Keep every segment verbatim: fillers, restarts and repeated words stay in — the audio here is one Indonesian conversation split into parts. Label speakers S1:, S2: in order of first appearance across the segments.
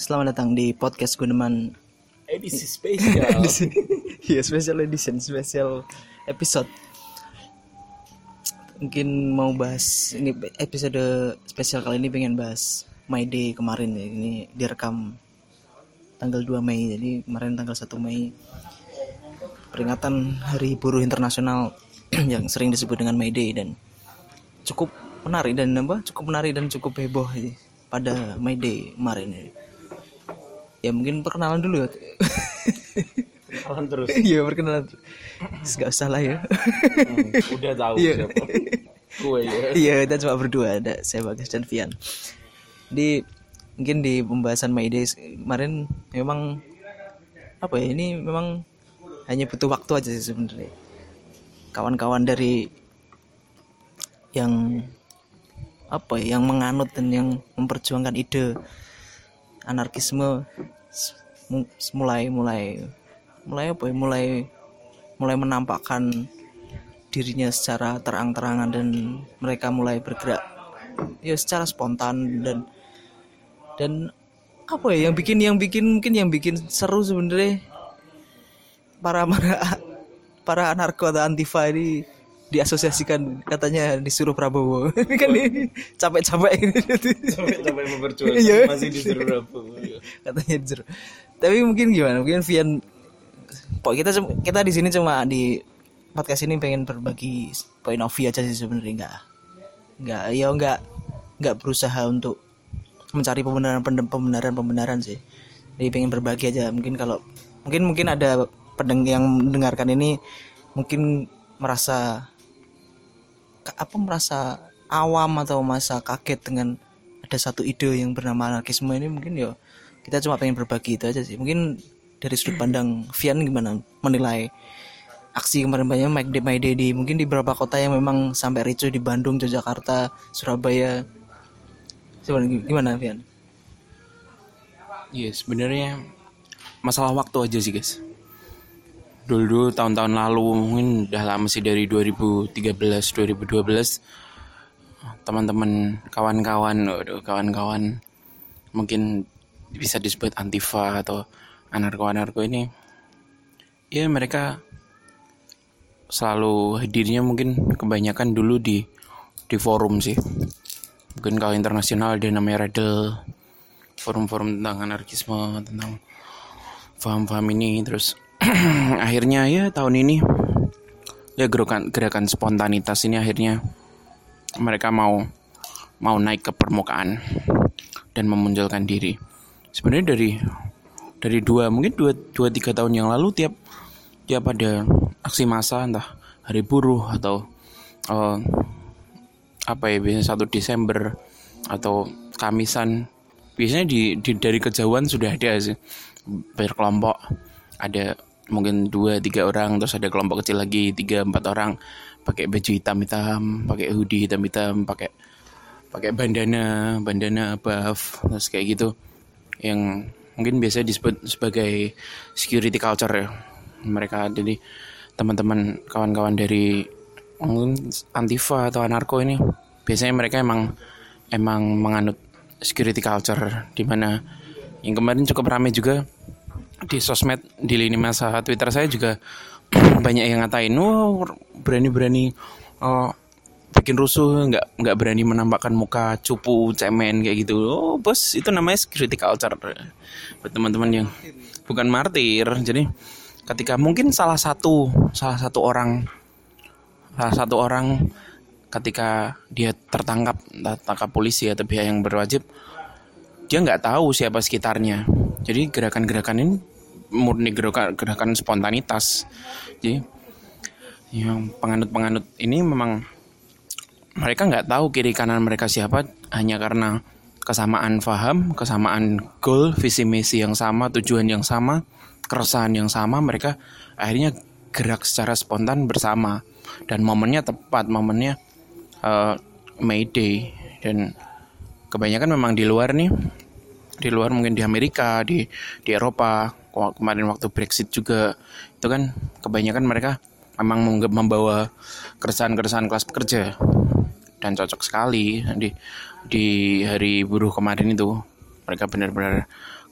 S1: selamat datang di podcast Guneman
S2: edisi spesial.
S1: Iya, special edition, special episode. Mungkin mau bahas ini episode spesial kali ini, pengen bahas My Day kemarin ya. Ini direkam tanggal dua Mei, jadi kemarin tanggal satu Mei peringatan Hari Buruh Internasional yang sering disebut dengan May Day, dan cukup menarik dan apa? Cukup menarik dan cukup heboh ya, pada May Day kemarin ya. Ya mungkin perkenalan dulu ya.
S2: Perkenalan terus.
S1: Iya, perkenalan. Enggak usah lah ya.
S2: Hmm, udah tahu
S1: Iya.
S2: siapa. Gue ya.
S1: Iya, kita cuma berdua, ada saya Bagas dan Vian. Di mungkin di pembahasan My Day kemarin memang apa ya? Ini memang hanya butuh waktu aja sih sebenarnya. Kawan-kawan dari yang apa ya, yang menganut dan yang memperjuangkan ide anarkisme mulai mulai mulai apa ya, mulai mulai menampakkan dirinya secara terang-terangan, dan mereka mulai bergerak ya secara spontan, dan dan apa ya, yang bikin yang bikin mungkin yang bikin seru sebenarnya para para para anarko atau antifa ini diasosiasikan, katanya disuruh Prabowo. Ini kan ini capek-capek
S2: Sampai-sampai memperjuangkan
S1: Iya.
S2: masih disuruh Prabowo.
S1: katanya disuruh. Tapi mungkin gimana? Mungkin Vian, pokoknya kita cum- kita di sini cuma di podcast ini pengen berbagi point of view aja sih sebenarnya, enggak enggak ya enggak enggak berusaha untuk mencari pembenaran pembenaran pembenaran sih. Jadi pengen berbagi aja. Mungkin kalau mungkin mungkin ada pendeng yang mendengarkan ini mungkin merasa apa merasa awam atau merasa kaget dengan ada satu ide yang bernama anarkisme ini. Mungkin ya kita cuma pengen berbagi itu aja sih. Mungkin dari sudut pandang Vian gimana menilai aksi kemarin banyak My Day, My Day di mungkin di beberapa kota yang memang sampai ricuh, di Bandung, Yogyakarta, Surabaya. Coba gimana Vian?
S2: Iya, sebenarnya masalah waktu aja sih, guys. Dulu-dulu tahun-tahun lalu, mungkin udah lama sih, dari dua ribu tiga belas dua ribu dua belas, teman-teman, kawan-kawan, waduh, kawan-kawan mungkin bisa disebut antifa atau anarko-anarko ini, ya mereka selalu hadirnya mungkin kebanyakan dulu di di forum sih. Mungkin kalau internasional ada namanya Radel, forum-forum tentang anarkisme, tentang paham-paham ini. Terus akhirnya ya tahun ini ya gerakan gerakan spontanitas ini akhirnya mereka mau mau naik ke permukaan dan memunculkan diri. Sebenarnya dari dari dua mungkin dua dua tiga tahun yang lalu, tiap tiap ada aksi massa, entah Hari Buruh atau uh, apa ya, biasanya satu Desember atau Kamisan, biasanya di, di dari kejauhan sudah ada sih berkelompok, ada mungkin dua tiga orang, terus ada kelompok kecil lagi tiga empat orang pakai baju hitam hitam, pakai hoodie hitam hitam, pakai pakai bandana bandana buff, terus kayak gitu, yang mungkin biasa disebut sebagai security culture ya mereka. Jadi teman-teman kawan-kawan dari mungkin antifa atau anarko ini biasanya mereka emang emang menganut security culture, di mana yang kemarin cukup ramai juga di sosmed, di lini masa Twitter saya juga banyak yang ngatain, oh berani-berani oh, bikin rusuh, nggak nggak berani menampakkan muka cupu cemen kayak gitu. Oh bos, itu namanya security culture. Buat teman-teman yang bukan martir, jadi ketika mungkin salah satu salah satu orang salah satu orang ketika dia tertangkap tertangkap polisi atau pihak yang berwajib, dia nggak tahu siapa sekitarnya. Jadi gerakan-gerakan ini murni gerakan, gerakan spontanitas. Jadi yang penganut-penganut ini memang mereka nggak tahu kiri kanan mereka siapa, hanya karena kesamaan paham, kesamaan goal, visi misi yang sama, tujuan yang sama, keresahan yang sama, mereka akhirnya gerak secara spontan bersama. Dan momennya tepat, momennya uh, May Day, dan kebanyakan memang di luar nih, di luar mungkin di Amerika, di di Eropa, kemarin waktu Brexit juga itu kan kebanyakan mereka memang membawa keresahan-keresahan kelas pekerja, dan cocok sekali di di Hari Buruh kemarin itu mereka benar-benar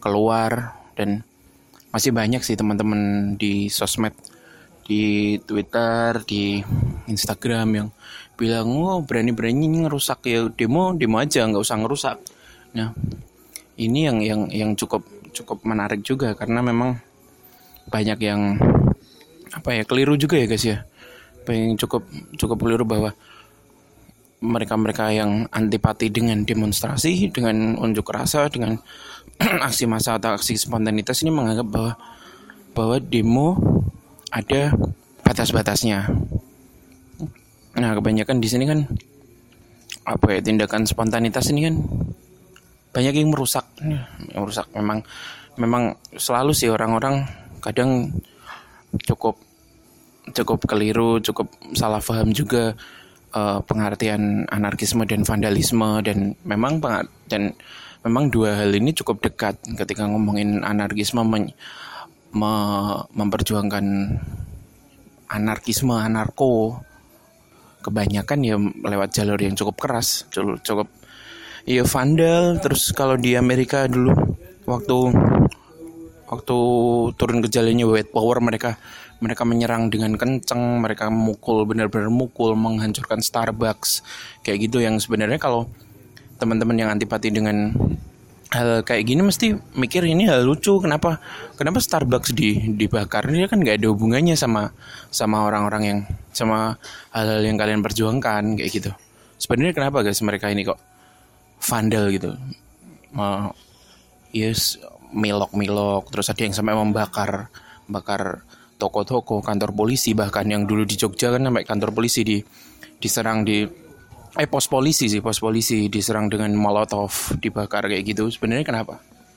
S2: keluar. Dan masih banyak sih teman-teman di sosmed, di Twitter, di Instagram yang bilang, oh berani-berani ngerusak, ya demo demo aja, nggak usah ngerusak. Nah ini yang yang yang cukup cukup menarik juga, karena memang banyak yang apa ya keliru juga ya guys ya, yang cukup cukup keliru bahwa mereka-mereka yang antipati dengan demonstrasi, dengan unjuk rasa, dengan aksi massa atau aksi spontanitas ini menganggap bahwa bahwa demo ada batas-batasnya. Nah, kebanyakan di sini kan apa ya, tindakan spontanitas ini kan banyak yang merusak, yang merusak. Memang memang selalu sih orang-orang kadang cukup cukup keliru, cukup salah paham juga uh, pengertian anarkisme dan vandalisme. Dan memang dan memang dua hal ini cukup dekat ketika ngomongin anarkisme, men, me, memperjuangkan anarkisme, anarko. Kebanyakan ya lewat jalur yang cukup keras, cukup, cukup ya vandal. Terus kalau di Amerika dulu waktu waktu turun ke jalannya white power, mereka mereka menyerang dengan kenceng, mereka mukul, benar-benar mukul, menghancurkan Starbucks kayak gitu. Yang sebenarnya kalau teman-teman yang antipati dengan hal kayak gini mesti mikir ini hal lucu, kenapa kenapa Starbucks di dibakar? Ini kan nggak ada hubungannya sama sama orang-orang yang sama hal-hal yang kalian perjuangkan kayak gitu. Sebenarnya kenapa guys mereka ini kok vandal gitu, uh, yes, milok-milok, terus ada yang sampai membakar bakar toko-toko, kantor polisi, bahkan yang dulu di Jogja kan sampai kantor polisi di diserang di eh pos polisi sih pos polisi diserang dengan molotov, dibakar kayak gitu. Sebenarnya kenapa?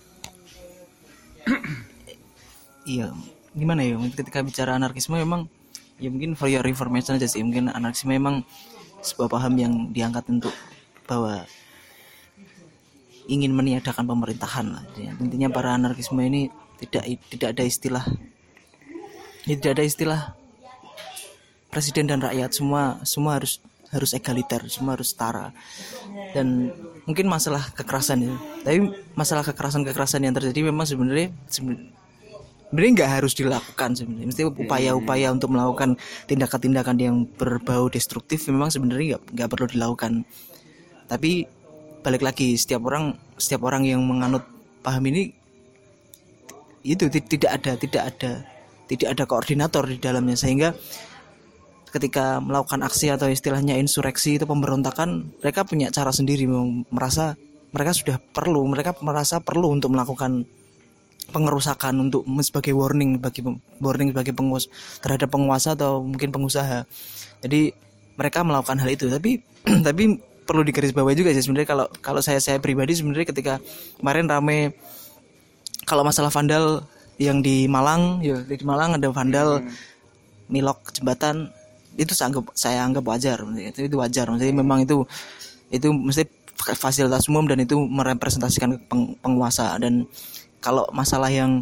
S1: Iya, gimana ya, ketika bicara anarkisme memang ya mungkin for your information aja sih, mungkin anarkisme memang sebuah paham yang diangkat untuk bahwa ingin meniadakan pemerintahan lah. Intinya para anarkisme ini tidak tidak ada istilah tidak ada istilah presiden dan rakyat, semua semua harus harus egaliter, semua harus setara. Dan mungkin masalah kekerasan ya, tapi masalah kekerasan-kekerasan yang terjadi memang sebenarnya sebenarnya nggak harus dilakukan sebenarnya. Mesti upaya-upaya untuk melakukan tindakan-tindakan yang berbau destruktif memang sebenarnya nggak nggak perlu dilakukan. Tapi balik lagi, setiap orang setiap orang yang menganut paham ini itu tidak ada tidak ada tidak ada koordinator di dalamnya, sehingga ketika melakukan aksi atau istilahnya insureksi itu pemberontakan, mereka punya cara sendiri, merasa mereka sudah perlu mereka merasa perlu untuk melakukan pengerusakan, untuk sebagai warning bagi warning bagi penguasa terhadap penguasa atau mungkin pengusaha. Jadi mereka melakukan hal itu. Tapi tapi perlu digarisbawahi juga sih sebenarnya, kalau kalau saya saya pribadi sebenarnya ketika kemarin rame kalau masalah vandal yang di Malang, ya di Malang ada vandal milok jembatan, itu saya anggap saya anggap wajar, itu itu wajar. Maksudnya memang itu itu mesti fasilitas umum dan itu merepresentasikan peng, penguasa. Dan kalau masalah yang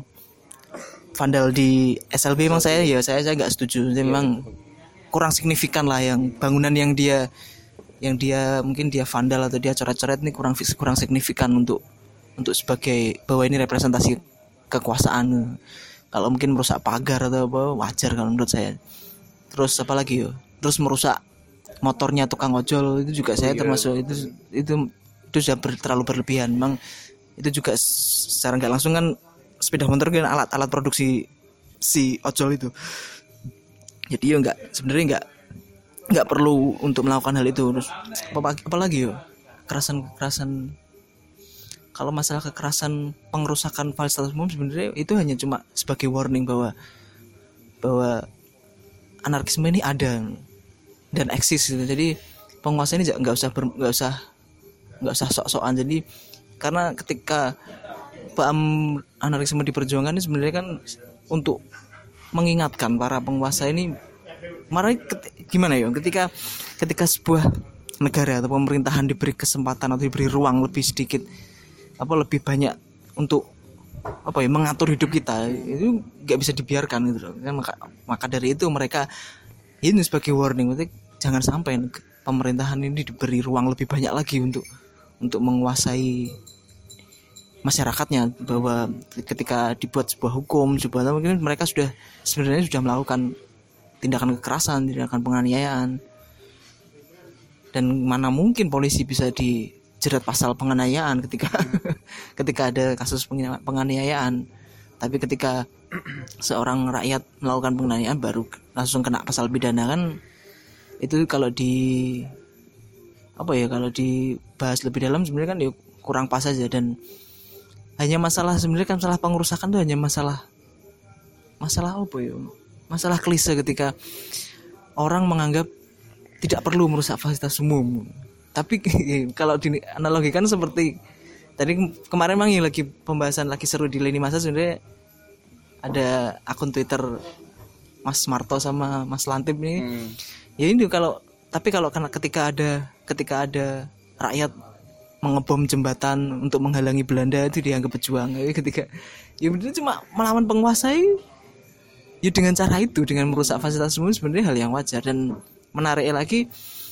S1: vandal di S L B memang saya ya saya saya nggak setuju. Jadi memang kurang signifikan lah, yang bangunan yang dia yang dia mungkin dia vandal atau dia coret-coret ini kurang kurang signifikan untuk untuk sebagai bahwa ini representasi kekuasaan. Kalau mungkin merusak pagar atau apa wajar kalau menurut saya. Terus apa lagi yo? Terus merusak motornya tukang ojol itu juga saya termasuk itu itu itu sudah ber, terlalu berlebihan. Memang itu juga secara nggak langsung kan sepeda motor kan alat-alat produksi si ojol itu. Jadi yo nggak sebenarnya nggak nggak perlu untuk melakukan hal itu. Terus apa, apa lagi yo? Kekerasan-kekerasan. Kalau masalah kekerasan pengerusakan fasilitas umum sebenarnya itu hanya cuma sebagai warning bahwa bahwa anarkisme ini ada dan eksis gitu. Jadi penguasa ini nggak usah nggak usah nggak usah sok-sokan. Jadi karena ketika paham anarkisme diperjuangkan ini sebenarnya kan untuk mengingatkan para penguasa ini, marah gimana ya, ketika ketika sebuah negara atau pemerintahan diberi kesempatan atau diberi ruang lebih sedikit apa lebih banyak untuk apa ya mengatur hidup kita, itu nggak bisa dibiarkan gitu loh. Maka maka dari itu mereka ini sebagai warning, berarti jangan sampai pemerintahan ini diberi ruang lebih banyak lagi untuk untuk menguasai masyarakatnya, bahwa ketika dibuat sebuah hukum, sebuah mungkin mereka sudah sebenarnya sudah melakukan tindakan kekerasan, tindakan penganiayaan. Dan mana mungkin polisi bisa dijerat pasal penganiayaan ketika ketika ada kasus penganiayaan. Tapi ketika seorang rakyat melakukan penganiayaan baru langsung kena pasal pidana kan, itu kalau di apa ya kalau dibahas lebih dalam sebenarnya kan ya kurang pas saja. Dan hanya masalah sebenarnya kan masalah pengerusakan itu hanya masalah masalah apa ya masalah klise ketika orang menganggap tidak perlu merusak fasilitas umum. Tapi kalau dianalogikan seperti tadi kemarin memang lagi pembahasan lagi seru di lini masa, sebenarnya ada akun Twitter Mas Marto sama Mas Lantip nih. Hmm. Ya ini kalau tapi kalau karena ketika ada ketika ada rakyat mengebom jembatan untuk menghalangi Belanda itu dianggap pejuang. Ya, ketika ya benar cuma melawan penguasa itu, ya dengan cara itu, dengan merusak fasilitas umum sebenarnya hal yang wajar. Dan menarik lagi,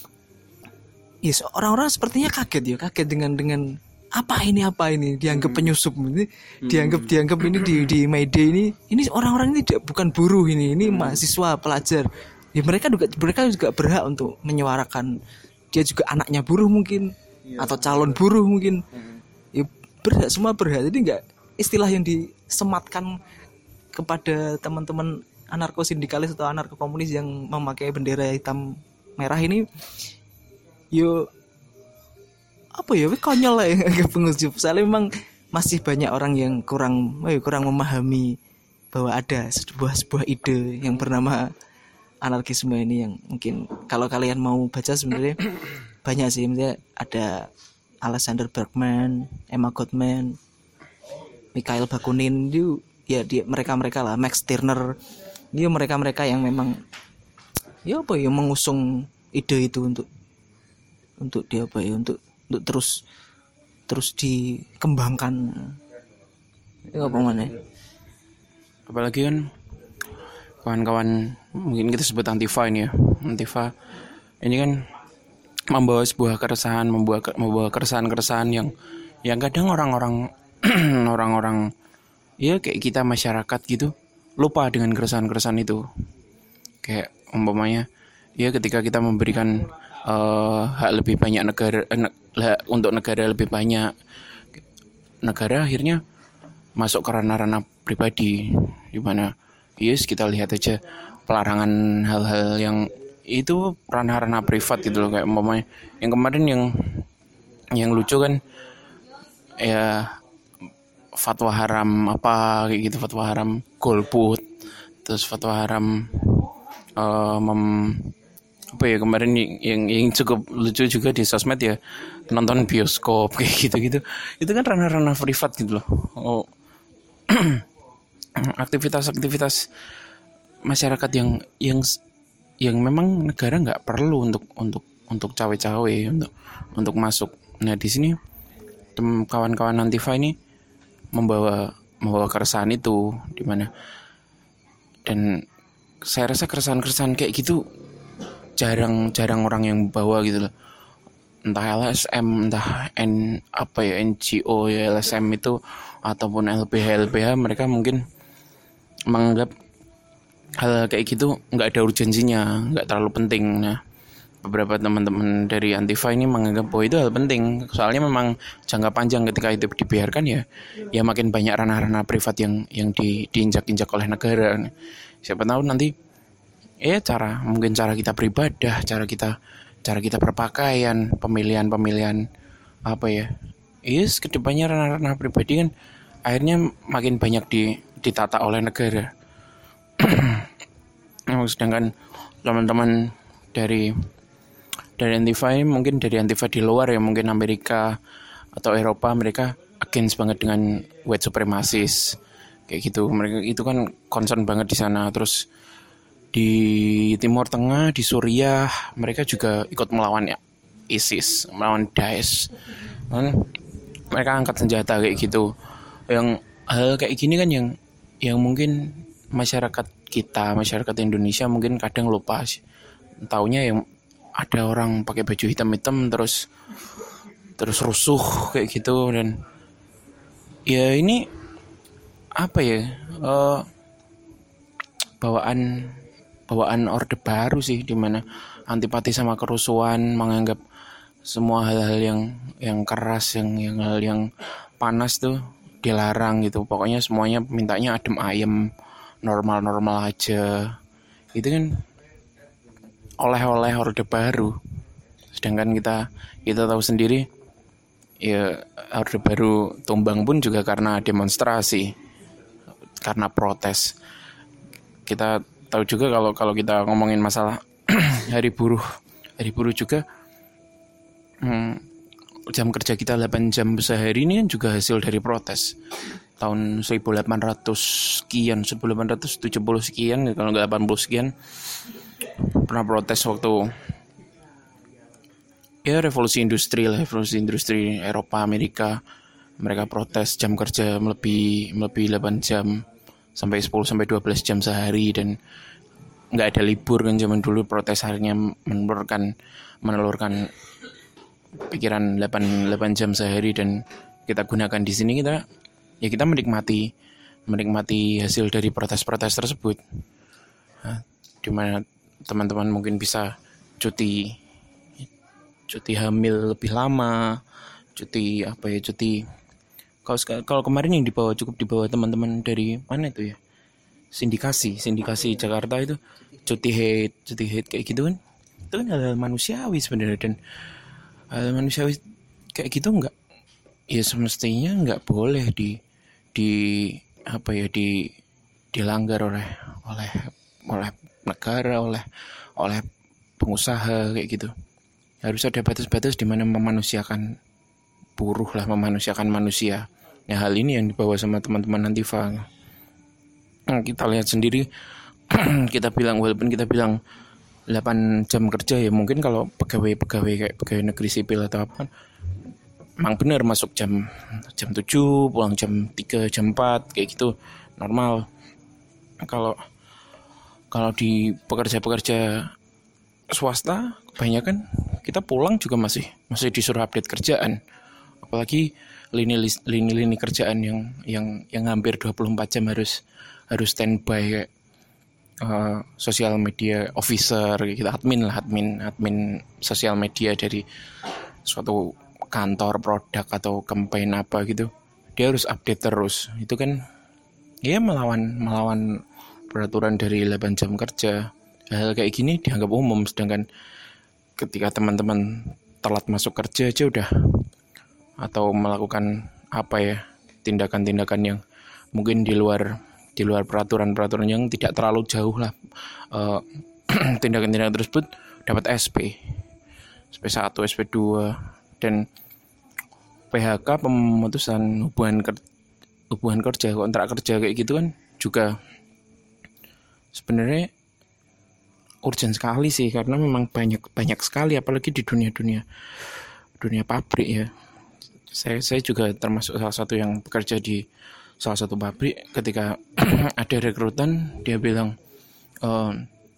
S1: yes, orang-orang sepertinya kaget ya, kaget dengan dengan apa ini apa ini dianggap hmm. penyusup ini, hmm. dianggap dianggap ini di di Mayday ini, ini orang-orang ini tidak, bukan buruh ini, ini hmm. mahasiswa pelajar. Ya mereka juga mereka juga berhak untuk menyuarakan, dia juga anaknya buruh mungkin, ya, atau calon buruh mungkin. Hmm. Ya berhak, semua berhak. Jadi enggak istilah yang disematkan kepada teman-teman anarko-sindikalis atau anarko-komunis yang memakai bendera hitam merah ini, yo apa ya, konyol lah ya, agak pengusup. Soalnya memang masih banyak orang yang kurang, oh, kurang memahami bahwa ada sebuah sebuah ide yang bernama anarkisme ini, yang mungkin kalau kalian mau baca sebenarnya banyak sih. Misalnya ada Alexander Berkman, Emma Goldman, Mikhail Bakunin, itu ya dia mereka-mereka lah, Max Stirner, dia mereka-mereka yang memang ya apa ya mengusung ide itu untuk untuk dia apa ya untuk untuk terus terus dikembangkan. Ya apa mana?
S2: Apalagi kan kawan-kawan mungkin kita sebut Antifa ini ya. Antifa ini kan membawa sebuah keresahan, membawa membawa keresahan-keresahan yang yang kadang orang-orang orang-orang ya kayak kita masyarakat gitu lupa dengan keresahan-keresahan itu. Kayak umpamanya ya ketika kita memberikan uh, hak lebih banyak negara uh, hak untuk negara lebih banyak, negara akhirnya masuk ke ranah-ranah pribadi, di mana yes kita lihat aja pelarangan hal-hal yang itu ranah-ranah privat gitu loh. Kayak umpamanya yang kemarin yang yang lucu kan ya fatwa haram apa kayak gitu, fatwa haram golput, terus fatwa haram uh, mem, apa ya kemarin yang yang cukup lucu juga di sosmed ya, nonton bioskop kayak gitu-gitu. Itu kan ranah-ranah privat gitu loh. Oh. Aktivitas-aktivitas masyarakat yang yang yang memang negara nggak perlu untuk untuk untuk cawe-cawe untuk untuk masuk. Nah di sini tem, kawan-kawan Antifa ini membawa membawa keresahan itu, di mana dan saya rasa keresahan-keresahan kayak gitu jarang-jarang orang yang bawa gitu loh. Entah L S M, entah N apa ya N G O ya L S M itu ataupun L B H L B H, mereka mungkin menganggap hal kayak gitu nggak ada urgensinya, nggak terlalu penting. Nah beberapa teman-teman dari Antifa ini menganggap bahwa itu hal penting, soalnya memang jangka panjang ketika itu dibiarkan ya ya makin banyak ranah-ranah privat yang yang di, diinjak-injak oleh negara. Siapa tahu nanti ya cara mungkin cara kita beribadah, cara kita cara kita berpakaian, pemilihan-pemilihan apa ya, yes kedepannya ranah-ranah pribadi kan akhirnya makin banyak di, ditata oleh negara. Sedangkan teman-teman dari dari Antifa ini mungkin dari Antifa di luar ya, mungkin Amerika atau Eropa, mereka against banget dengan white supremacis kayak gitu. Mereka itu kan concern banget di sana. Terus di Timur Tengah, di Suriah, mereka juga ikut melawan ya ISIS, melawan Daesh. Kan mereka angkat senjata kayak gitu. Yang hal kayak gini kan yang yang mungkin masyarakat kita, masyarakat Indonesia mungkin kadang lupa sih. Taunya yang ada orang pakai baju hitam-hitam terus terus rusuh kayak gitu, dan Ya ini apa ya? eh, bawaan bawaan orde baru sih, dimana antipati sama kerusuhan, menganggap semua hal-hal yang yang keras, yang yang hal yang panas tuh dilarang gitu. Pokoknya semuanya mintanya adem ayem, normal-normal aja. Itu kan oleh-oleh orde baru. Sedangkan kita kita tahu sendiri ya, orde baru tumbang pun juga karena demonstrasi, karena protes. Kita tahu juga kalau kalau kita ngomongin masalah hari buruh, hari buruh juga hmm, jam kerja kita delapan jam sehari ini kan juga hasil dari protes. Tahun seribu delapan ratus sekian, seribu delapan ratus tujuh puluh sekian, kalau nggak delapan puluh sekian, pernah protes waktu ya revolusi industri lah, revolusi industri Eropa, Amerika. Mereka protes jam kerja melebihi melebihi delapan jam, sampai sepuluh sampai dua belas jam sehari, dan nggak ada libur kan zaman dulu. Protes harinya menelurkan menelurkan pikiran delapan delapan jam sehari, dan kita gunakan di sini. Kita ya kita menikmati menikmati hasil dari protes-protes tersebut. Nah, dimana teman-teman mungkin bisa cuti cuti hamil lebih lama, cuti apa ya cuti kalau kalau kemarin yang dibawa cukup dibawa teman-teman dari mana itu ya, sindikasi sindikasi Jakarta itu, cuti haid cuti haid kayak gitu kan. Itu kan hal manusiawi sebenarnya, dan hal manusiawi kayak gitu nggak, ya semestinya nggak boleh di di apa ya di dilanggar oleh oleh oleh negara, oleh oleh pengusaha kayak gitu. Harus ada batas-batas di mana memanusiakan buruh lah, memanusiakan manusia. Ya hal ini yang dibawa sama teman-teman Antifa. Nah, kita lihat sendiri, kita bilang walaupun kita bilang delapan jam kerja, ya mungkin kalau pegawai-pegawai kayak pegawai negeri sipil atau apa, emang benar masuk jam jam tujuh, pulang jam tiga, jam empat kayak gitu normal. Kalau kalau di pekerja-pekerja swasta kebanyakan kita pulang juga masih masih disuruh update kerjaan, apalagi lini-lini kerjaan yang yang yang hampir dua puluh empat jam harus harus standby kayak uh, sosial media officer gitu, admin lah admin admin sosial media dari suatu kantor produk atau campaign apa gitu, dia harus update terus. Itu kan ya melawan melawan peraturan dari delapan jam kerja. Hal kayak gini dianggap umum, sedangkan ketika teman-teman telat masuk kerja aja udah, atau melakukan apa ya tindakan-tindakan yang mungkin di luar di luar peraturan-peraturan yang tidak terlalu jauh lah, uh, tindakan-tindakan tersebut dapat S P S P satu, S P dua, dan P H K, pemutusan hubungan kerja, hubungan kerja, kontrak kerja kayak gitu kan juga sebenarnya urgent sekali sih, karena memang banyak banyak sekali, apalagi di dunia-dunia dunia pabrik ya. Saya saya juga termasuk salah satu yang bekerja di salah satu pabrik. Ketika ada rekrutan, dia bilang e,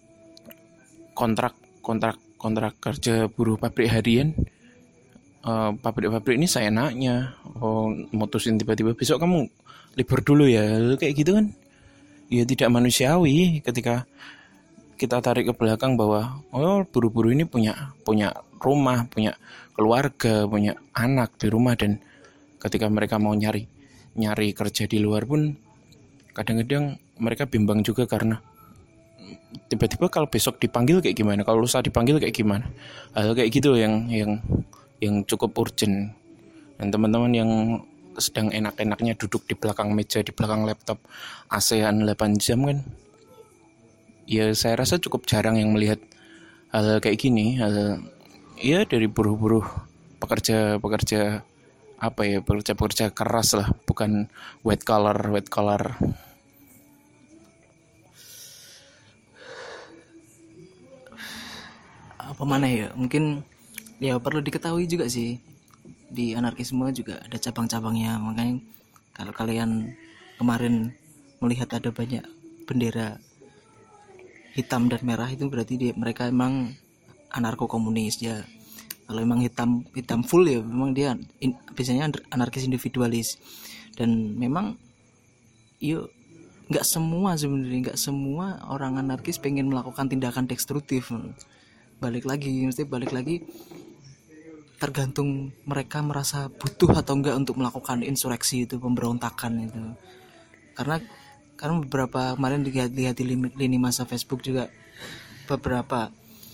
S2: kontrak kontrak kontrak kerja buruh pabrik harian, e, pabrik-pabrik ini saya enaknya, oh mutusin tiba-tiba besok kamu libur dulu ya, kayak gitu kan. Ya tidak manusiawi ketika kita tarik ke belakang bahwa oh buruh-buruh ini punya punya rumah, punya keluarga, punya anak di rumah, dan ketika mereka mau nyari nyari kerja di luar pun kadang-kadang mereka bimbang juga, karena tiba-tiba kalau besok dipanggil kayak gimana, kalau lusa dipanggil kayak gimana. Hal kayak gitu yang yang yang cukup urgent. Dan teman-teman yang sedang enak-enaknya duduk di belakang meja, di belakang laptop A S E A N delapan jam kan, ya saya rasa cukup jarang yang melihat hal kayak gini. Hal ya dari buruh-buruh, pekerja-pekerja apa ya, pekerja-pekerja keras lah, bukan white collar white collar.
S1: Apa mana ya, mungkin ya perlu diketahui juga sih, di anarkisme juga ada cabang-cabangnya. Makanya kalau kalian kemarin melihat ada banyak bendera hitam dan merah, itu berarti dia, mereka emang anarko komunis ya. Kalau emang hitam hitam full ya memang dia in, biasanya anarkis individualis. Dan memang yuk nggak semua sebenarnya nggak semua orang anarkis pengen melakukan tindakan destruktif. Balik lagi mesti balik lagi tergantung mereka merasa butuh atau enggak untuk melakukan insurreksi itu, pemberontakan itu. Karena karena beberapa kemarin dilihat di lini, lini masa Facebook juga beberapa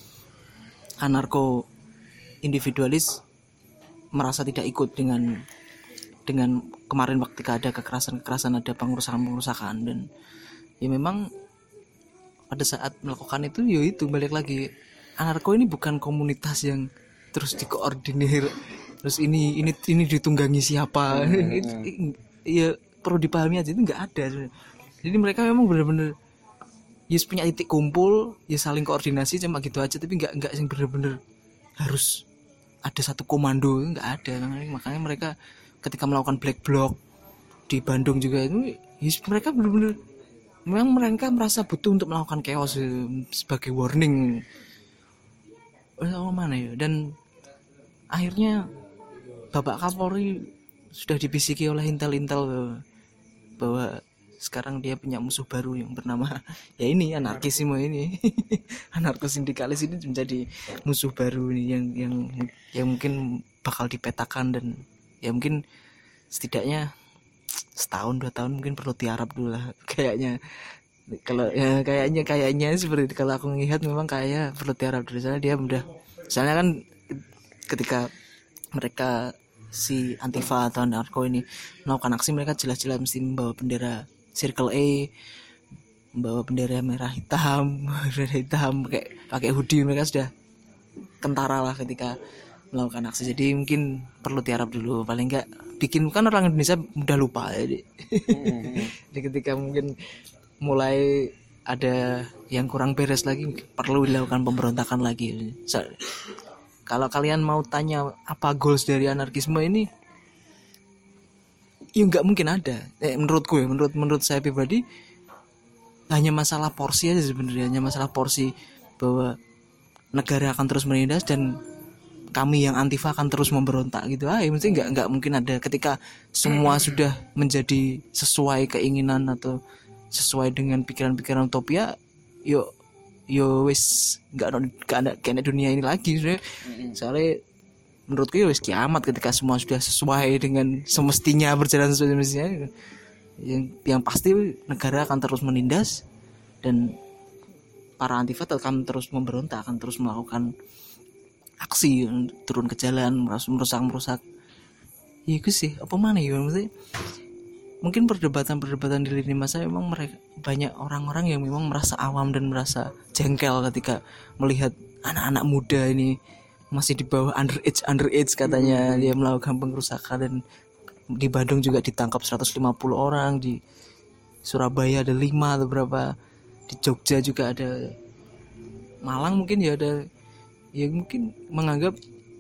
S1: anarko individualis merasa tidak ikut dengan dengan kemarin waktu ada kekerasan-kekerasan, ada pengerusakan-pengerusakan. Dan ya memang pada saat melakukan itu ya itu balik lagi anarko ini bukan komunitas yang terus dikoordinir terus ini ini ini ditunggangi siapa. Hmm. Ya perlu dipahami aja itu nggak ada. Jadi mereka memang benar-benar ya punya titik kumpul, ya saling koordinasi cuma gitu aja, tapi nggak nggak yang benar-benar harus ada satu komando, nggak ada. Makanya mereka ketika melakukan black bloc di Bandung juga itu ya mereka benar-benar memang mereka merasa butuh untuk melakukan chaos sebagai warning. Oh mana ya? Dan akhirnya Bapak Kapolri sudah dibisiki oleh intel-intel bahwa, bahwa sekarang dia punya musuh baru yang bernama ya ini anarkisme ini. Anarkos sindikalis ini menjadi musuh baru ini yang yang yang mungkin bakal dipetakan. Dan ya mungkin setidaknya setahun dua tahun mungkin perlu tiarap dulu lah kayaknya. Kalau ya kayaknya kayaknya seperti itu. Kalau aku melihat memang kayaknya perlu tiarap dulu, soalnya dia udah misalnya kan ketika mereka si Antifa atau anarko ini melakukan aksi, mereka jelas-jelas mesti membawa bendera Circle A, membawa bendera merah hitam, bendera hitam, pakai pakai hoodie. Mereka sudah kentara lah ketika melakukan aksi. Jadi mungkin perlu tiarap dulu, paling enggak bikin, kan orang Indonesia mudah lupa jadi. Jadi ketika mungkin mulai ada yang kurang beres lagi, perlu dilakukan pemberontakan lagi. So, kalau kalian mau tanya apa goals dari anarkisme ini, ya nggak mungkin ada. Eh, menurutku ya, menurut menurut saya pribadi hanya masalah porsi aja sebenarnya, hanya masalah porsi bahwa negara akan terus menindas dan kami yang Antifa akan terus memberontak gitu. Ah, ya mesti nggak nggak mungkin ada ketika semua sudah menjadi sesuai keinginan atau sesuai dengan pikiran-pikiran utopia. Yo yo wis nggak ada kayak dunia ini lagi sebenarnya. Soalnya menurutku ya wis kiamat ketika semua sudah sesuai dengan semestinya, berjalan sesuai semestinya. Yang yang pasti negara akan terus menindas dan para Antifa akan terus memberontak, akan terus melakukan aksi, turun ke jalan, merusak-merusak. Ya itu sih, apa mana ya maksudnya? Mungkin perdebatan-perdebatan di lini masa memang mereka banyak orang-orang yang memang merasa awam dan merasa jengkel ketika melihat anak-anak muda ini masih di bawah underage underage katanya dia melakukan pengerusakan. Dan di Bandung juga ditangkap seratus lima puluh orang, di Surabaya ada lima atau berapa, di Jogja juga ada, Malang mungkin ya ada. Ya mungkin menganggap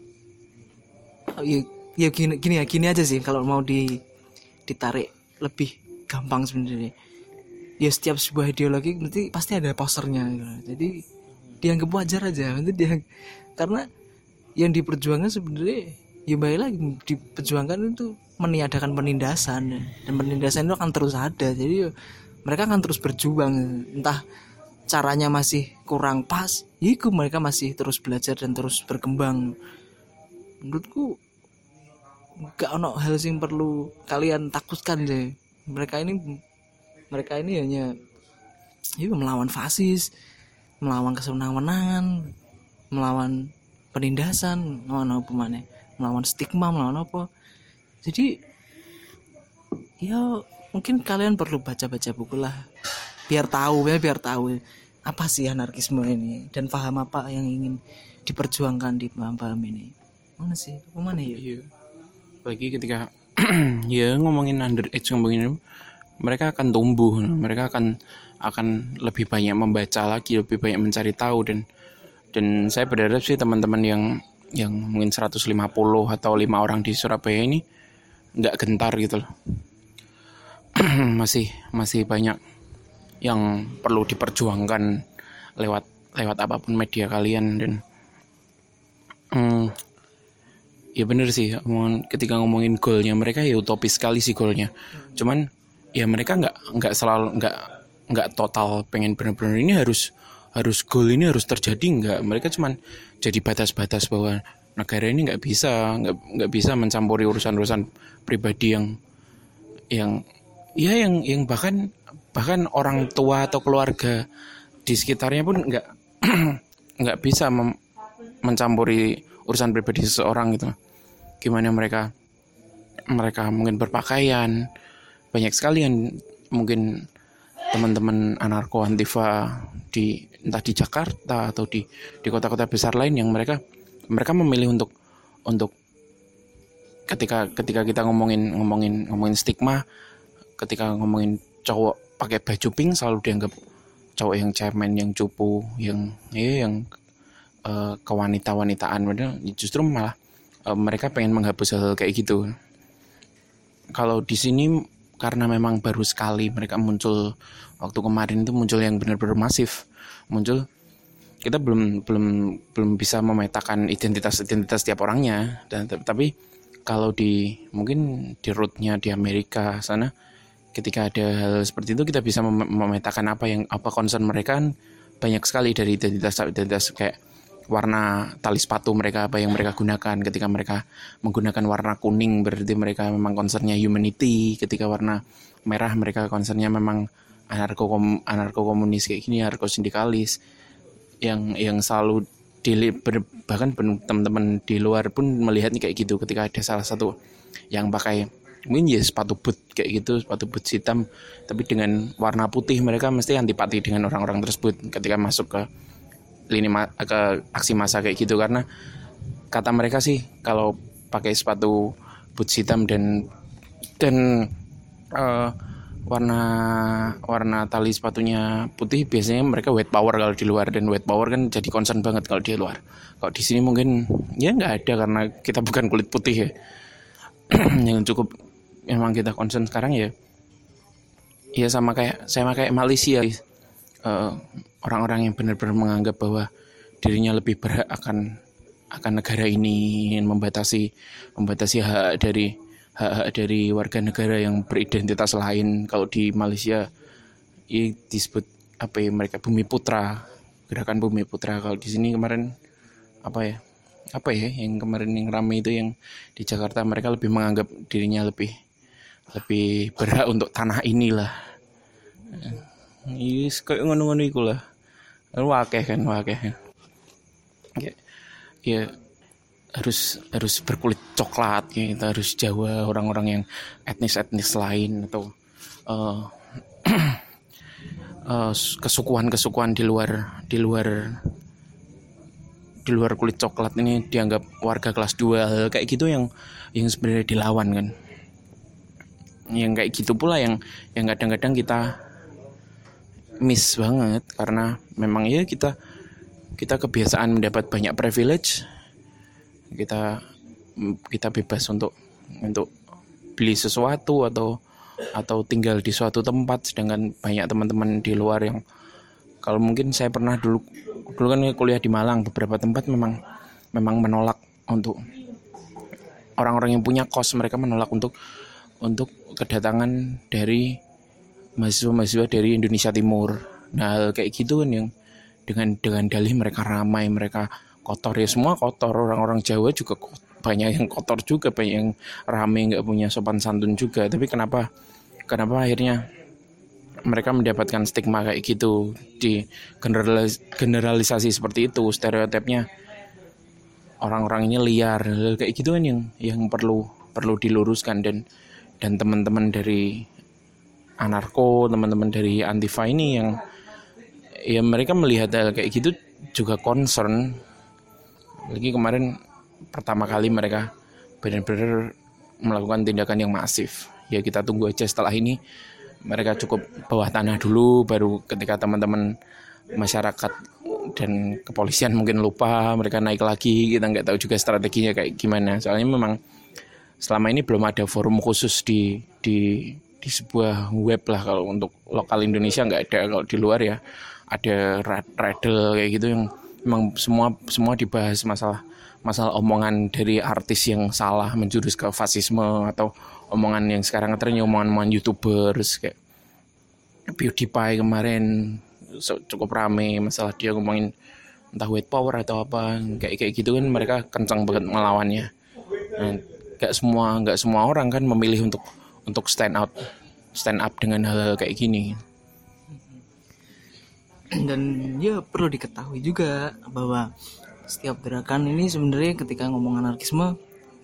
S1: ya, ya gini, gini ya gini aja sih kalau mau di ditarik lebih gampang sebenarnya. Ya setiap sebuah ideologi nanti pasti ada posternya gitu. Jadi dianggap wajar aja nanti dia, karena yang diperjuangkan sebenarnya ya baik lagi diperjuangkan itu meniadakan penindasan, dan penindasan itu akan terus ada. Jadi ya, mereka akan terus berjuang, entah caranya masih kurang pas, yiku mereka masih terus belajar dan terus berkembang. Menurutku gak ono hal yang perlu kalian takutkan deh. Mereka ini mereka ini hanya ya, melawan fasis, melawan kesenangan-menangan, melawan penindasan, melawan apa mana, melawan stigma, melawan apa. Jadi ya mungkin kalian perlu baca-baca buku lah, biar tahu ya, biar tahu apa sih anarkisme ini dan paham apa yang ingin diperjuangkan di paham-paham ini. Mana sih? Mana ya?
S2: Iya. Lagi ketika ya ngomongin underage, ngomongin mereka akan tumbuh, mereka akan akan lebih banyak membaca lagi, lebih banyak mencari tahu. Dan dan saya berharap sih teman-teman yang yang mungkin seratus lima puluh atau lima orang di Surabaya ini nggak gentar gitu loh. masih masih banyak yang perlu diperjuangkan lewat lewat apapun media kalian. Dan hmm, ya bener sih omongan, ketika ngomongin goalnya mereka ya utopis sekali sih goalnya. Cuman ya mereka nggak nggak selalu nggak nggak total pengen bener-bener ini harus harus goal ini harus terjadi, nggak. Mereka cuman jadi batas-batas bahwa negara ini nggak bisa nggak nggak bisa mencampuri urusan-urusan pribadi yang yang ya yang yang bahkan bahkan orang tua atau keluarga di sekitarnya pun nggak nggak bisa mem- mencampuri urusan pribadi seseorang gitu. Gimana mereka mereka mungkin berpakaian, banyak sekali yang mungkin teman-teman anarko antifa di entah di Jakarta atau di di kota-kota besar lain yang mereka mereka memilih untuk untuk ketika ketika kita ngomongin ngomongin ngomongin stigma, ketika ngomongin cowok pakai baju pink selalu dianggap cowok yang cemen, yang cupu, yang ya yang uh, kewanita-wanitaan. Padahal justru malah uh, mereka pengen menghapus hal kayak gitu. Kalau di sini karena memang baru sekali mereka muncul waktu kemarin itu muncul yang benar-benar masif, muncul kita belum belum belum bisa memetakan identitas-identitas tiap orangnya, dan tapi kalau di mungkin di rootnya di Amerika sana ketika ada hal seperti itu kita bisa mem- memetakan apa yang apa concern mereka. Kan banyak sekali dari identitas-identitas kayak warna tali sepatu mereka, apa yang mereka gunakan. Ketika mereka menggunakan warna kuning berarti mereka memang concernnya humanity, ketika warna merah mereka concernnya memang anarko anarko komunis kayak gini, anarko sindikalis. yang yang selalu di, bahkan teman-teman di luar pun melihatnya kayak gitu. Ketika ada salah satu yang pakai mungkin ya sepatu boot kayak gitu, sepatu boot hitam tapi dengan warna putih, mereka mesti antipati dengan orang-orang tersebut ketika masuk ke lini ma- ke aksi massa kayak gitu. Karena kata mereka sih kalau pakai sepatu boot hitam dan dan uh, warna warna tali sepatunya putih, biasanya mereka white power kalau di luar, dan white power kan jadi concern banget kalau di luar. Kalau di sini mungkin ya nggak ada karena kita bukan kulit putih ya. Yang cukup memang kita concern sekarang ya ya sama kayak sama kayak Malaysia, uh, orang-orang yang benar-benar menganggap bahwa dirinya lebih berhak akan akan negara ini, ingin membatasi membatasi hak dari hak-hak dari warga negara yang beridentitas lain. Kalau di Malaysia ya disebut apa ya, mereka Bumi Putra, gerakan Bumi Putra. Kalau di sini kemarin apa ya apa ya yang kemarin yang ramai itu yang di Jakarta, mereka lebih menganggap dirinya lebih lebih berhak untuk tanah inilah. Yes, kayak ngono-ngono iku lah. Wakeh kan wakeh. Ya, ya harus harus berkulit coklat ya, kita harus Jawa, orang-orang yang etnis-etnis lain atau uh, uh, kesukuan-kesukuan di luar di luar di luar kulit coklat ini dianggap warga kelas dua kayak gitu, yang yang sebenarnya dilawan kan. Yang kayak gitu pula yang yang kadang-kadang kita miss banget karena memang ya kita kita kebiasaan mendapat banyak privilege. Kita kita bebas untuk untuk beli sesuatu atau atau tinggal di suatu tempat, sedangkan banyak teman-teman di luar yang kalau mungkin saya pernah dulu dulu kan kuliah di Malang, beberapa tempat memang memang menolak untuk orang-orang yang punya kos, mereka menolak untuk untuk kedatangan dari mahasiswa-mahasiswa dari Indonesia Timur. Nah, kayak gitu kan yang dengan dengan dalih mereka ramai, mereka kotor ya, semua kotor. Orang-orang Jawa juga banyak yang kotor juga, banyak yang rame, nggak punya sopan santun juga. Tapi kenapa kenapa akhirnya mereka mendapatkan stigma kayak gitu, di generalis, generalisasi seperti itu, stereotipnya orang-orang ini liar kayak gitu kan, yang yang perlu perlu diluruskan. Dan dan teman-teman dari anarko, teman-teman dari antifa ini yang ya mereka melihat hal kayak gitu juga concern. Lagi kemarin pertama kali mereka benar-benar melakukan tindakan yang masif. Ya kita tunggu aja setelah ini mereka cukup bawah tanah dulu, baru ketika teman-teman masyarakat dan kepolisian mungkin lupa, mereka naik lagi. Kita nggak tahu juga strateginya kayak gimana. Soalnya memang selama ini belum ada forum khusus di di di sebuah web lah. Kalau untuk lokal Indonesia nggak ada. Kalau di luar ya ada Radel kayak gitu yang memang semua semua dibahas masalah masalah omongan dari artis yang salah menjurus ke fasisme, atau omongan yang sekarang ngetrennya omongan-omongan YouTubers kayak PewDiePie kemarin cukup rame masalah dia ngomongin entah white power atau apa kayak kayak gitu kan, mereka kencang banget melawannya. Nah, gak semua nggak semua orang kan memilih untuk untuk stand out stand up dengan hal kayak gini.
S1: Dan ya perlu diketahui juga bahwa setiap gerakan ini sebenarnya ketika ngomong anarkisme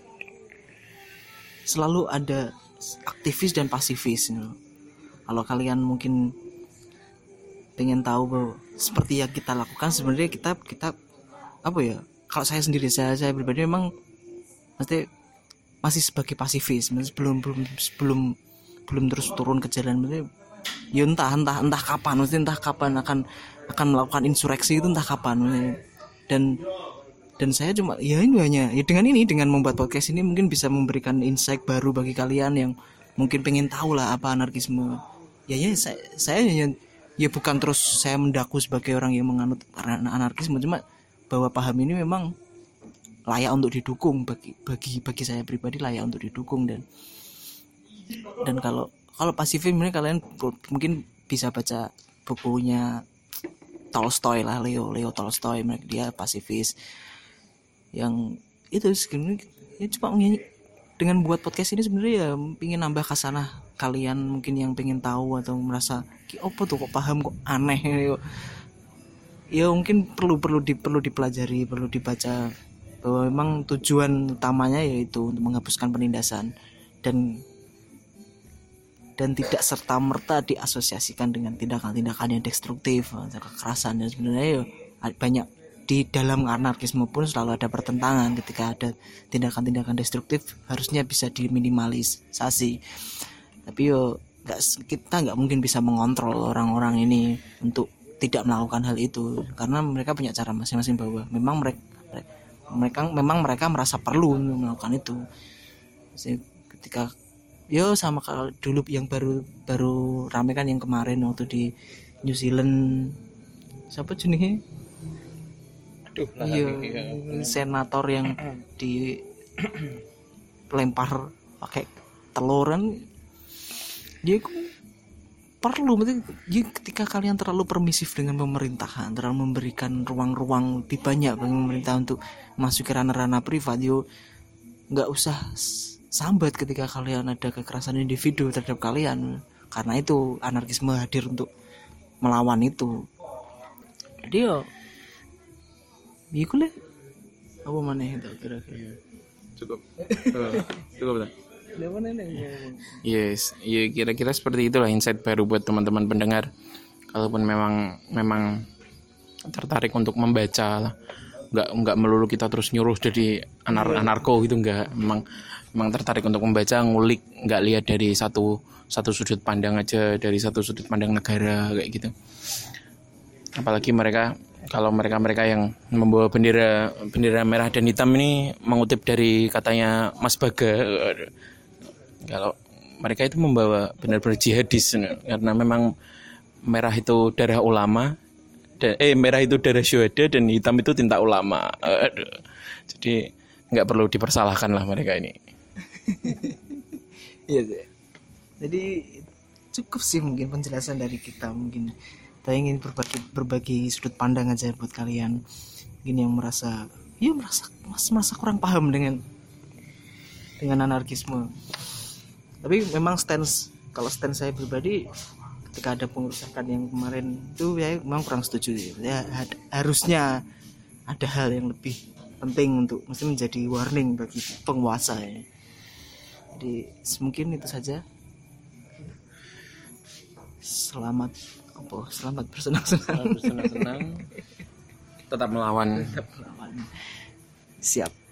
S1: selalu ada aktivis dan pasifis. Kalau kalian mungkin pengen tahu bahwa seperti yang kita lakukan sebenarnya kita kita apa ya? Kalau saya sendiri saya saya pribadi memang mesti masih sebagai pasifis, masih belum belum belum belum terus turun ke jalan. Mesti ya entah entah entah kapan, mesti entah kapan akan akan melakukan insureksi itu entah kapan. Mesti. Dan dan saya cuma ya ini hanya ya dengan ini dengan membuat podcast ini mungkin bisa memberikan insight baru bagi kalian yang mungkin pengen tahu lah apa anarkisme. Ya ya saya saya ya, ya bukan terus saya mendaku sebagai orang yang menganut anarkisme, cuma bahwa paham ini memang layak untuk didukung bagi bagi bagi saya pribadi, layak untuk didukung. Dan dan kalau kalau pasifis ini kalian mungkin bisa baca bukunya Tolstoy lah, Leo Leo Tolstoy, dia pasifis yang itu sebenarnya ya cuma dengan buat podcast ini sebenarnya ya pengen nambah kasanah kalian mungkin yang pengen tahu atau merasa apa tuh kok paham kok aneh ya, ya mungkin perlu perlu di, perlu dipelajari, perlu dibaca bahwa memang tujuan utamanya yaitu untuk menghapuskan penindasan dan dan tidak serta-merta diasosiasikan dengan tindakan-tindakan yang destruktif atau kekerasan. Dan sebenarnya ya banyak di dalam anarkisme pun selalu ada pertentangan. Ketika ada tindakan-tindakan destruktif harusnya bisa diminimalisasi. Tapi yo nggak, kita nggak mungkin bisa mengontrol orang-orang ini untuk tidak melakukan hal itu karena mereka punya cara masing-masing bahwa memang mereka mereka memang mereka merasa perlu melakukan itu. Jadi ketika yo sama kalau dulu yang baru baru rame kan yang kemarin waktu di New Zealand siapa jenisnya? Aduh lah. Iya, senator yang dilempar pakai teluran. Dia perlu, berarti ketika kalian terlalu permisif dengan pemerintahan, terlalu memberikan ruang-ruang lebih banyak bagi pemerintah untuk masuk ke ranah-ranah privat, yo nggak usah sambat ketika kalian ada kekerasan individu terhadap kalian. Karena itu anarkisme hadir untuk melawan itu. Jadi yo iku le apa maneh itu kira-kira.
S2: Cukup. Cukup betul. Yes, ya kira-kira seperti itulah insight baru buat teman-teman pendengar. Kalaupun memang memang tertarik untuk membaca lah, nggak nggak melulu kita terus nyuruh jadi anar anarko gitu, nggak. Memang memang tertarik untuk membaca, ngulik, nggak lihat dari satu satu sudut pandang aja, dari satu sudut pandang negara kayak gitu. Apalagi mereka kalau mereka-mereka yang membawa bendera bendera merah dan hitam ini mengutip dari katanya Mas Baga. Kalau mereka itu membawa benar-benar jihadis karena memang merah itu darah ulama, dan, eh merah itu darah syuhada dan hitam itu tinta ulama. Aduh. Jadi nggak perlu dipersalahkan lah mereka ini.
S1: Iya, jadi cukup sih mungkin penjelasan dari kita. Mungkin kita ingin berbagi berbagi sudut pandang aja buat kalian mungkin yang merasa ya merasa masih merasa kurang paham dengan dengan anarkisme. Tapi memang stance kalau stance saya pribadi ketika ada pengerusakan yang kemarin itu ya memang kurang setuju ya. Harusnya ada hal yang lebih penting untuk mesti menjadi warning bagi penguasa ya. Jadi mungkin itu saja. Selamat apa? Selamat bersenang-senang.
S2: Bersenang-senang. Tetap melawan.
S1: Tetap melawan. Siap.